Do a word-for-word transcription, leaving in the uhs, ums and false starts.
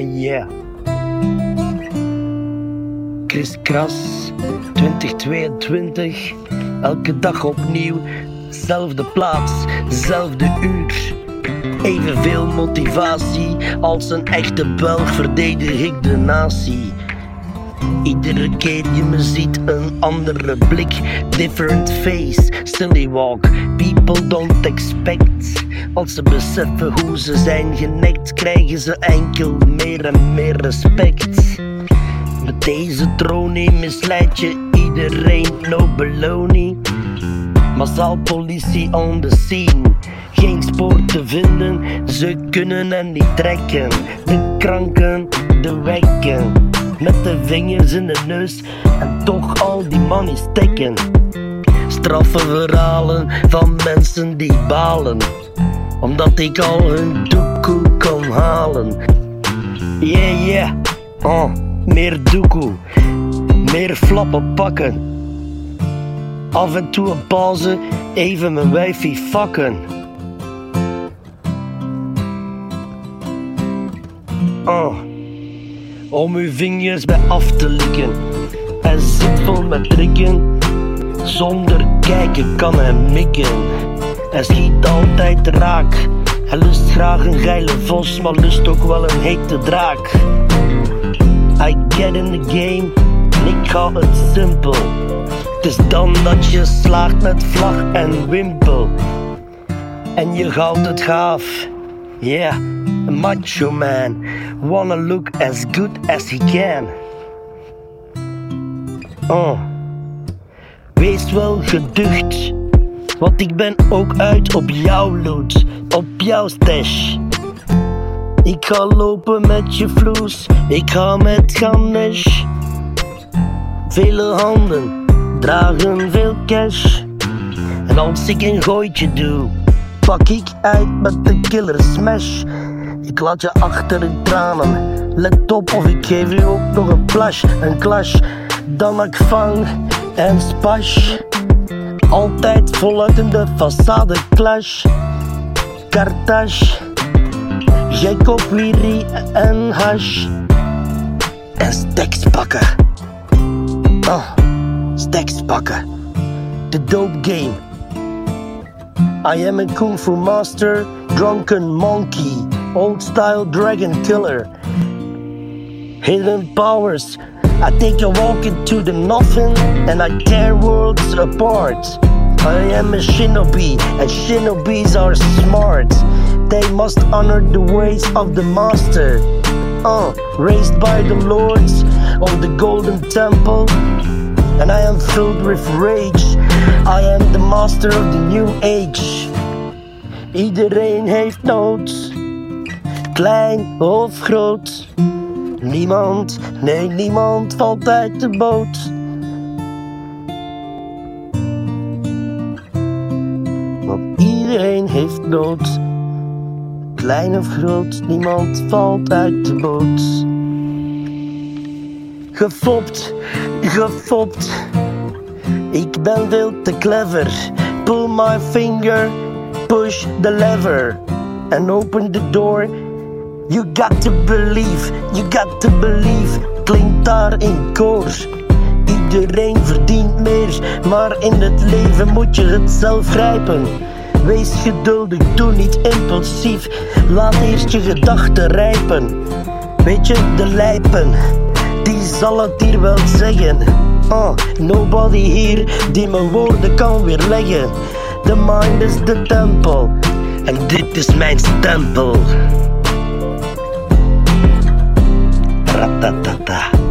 yeah, yeah. Kris Kras, twintig tweeëntwintig. Elke dag opnieuw, zelfde plaats, zelfde uur. Evenveel motivatie, als een echte Belg verdedig ik de natie. Iedere keer je me ziet, een andere blik, different face, silly walk, people don't expect. Als ze beseffen hoe ze zijn genekt, krijgen ze enkel meer en meer respect. Met deze tronie misleid je iedereen, no baloney. Massaal politie on the scene, geen spoor te vinden, ze kunnen er niet trekken. De kranken, de wekken, met de vingers in de neus en toch al die money stekken. Straffe verhalen van mensen die balen, omdat ik al hun doekoe kon halen. Yeah, yeah, oh, meer doekoe, meer flappen pakken. Af en toe een pauze, even mijn wijfie fucken. Oh, om uw vingers bij af te likken. Hij zit vol met trikken, zonder kijken kan hij mikken. Hij schiet altijd raak, hij lust graag een geile vos, maar lust ook wel een hete draak. I get in the game, en ik ga het simpel. Het is dan dat je slaagt met vlag en wimpel. En je houdt het gaaf, yeah, a macho man, wanna look as good as he can. Oh, wees wel geducht, want ik ben ook uit op jouw loot, op jouw stash. Ik ga lopen met je vloes, ik ga met Ganesh. Vele handen dragen veel cash. En als ik een gooitje doe, pak ik uit met de killer smash. Ik laat je achter in tranen, let op of ik geef u ook nog een plash, een clash. Dan ik vang en spash, altijd voluit in de façade clash. Kartage, Jacob, Wiri en hash. En stacks pakken, oh, stacks pakken. The dope game. I am a kung fu master, drunken monkey, old style dragon killer. Hidden powers, I take a walk into the nothing and I tear worlds apart. I am a shinobi and shinobis are smart. They must honor the ways of the master. Uh, raised by the lords of the golden temple. And I am filled with rage. I am the master of the new age. Iedereen heeft nood, klein of groot. Niemand, nee niemand valt uit de boot. Want iedereen heeft nood, klein of groot. Niemand valt uit de boot. Gefopt, gefopt, ik ben veel te clever. Pull my finger, push the lever and open the door. You got to believe, you got to believe, klinkt daar in koor. Iedereen verdient meer, maar in het leven moet je het zelf grijpen. Wees geduldig, doe niet impulsief, laat eerst je gedachten rijpen. Weet je, de lijpen, die zal het hier wel zeggen. Oh, nobody hier die mijn woorden kan weerleggen. The mind is the temple, en dit is mijn stempel. Ratatata.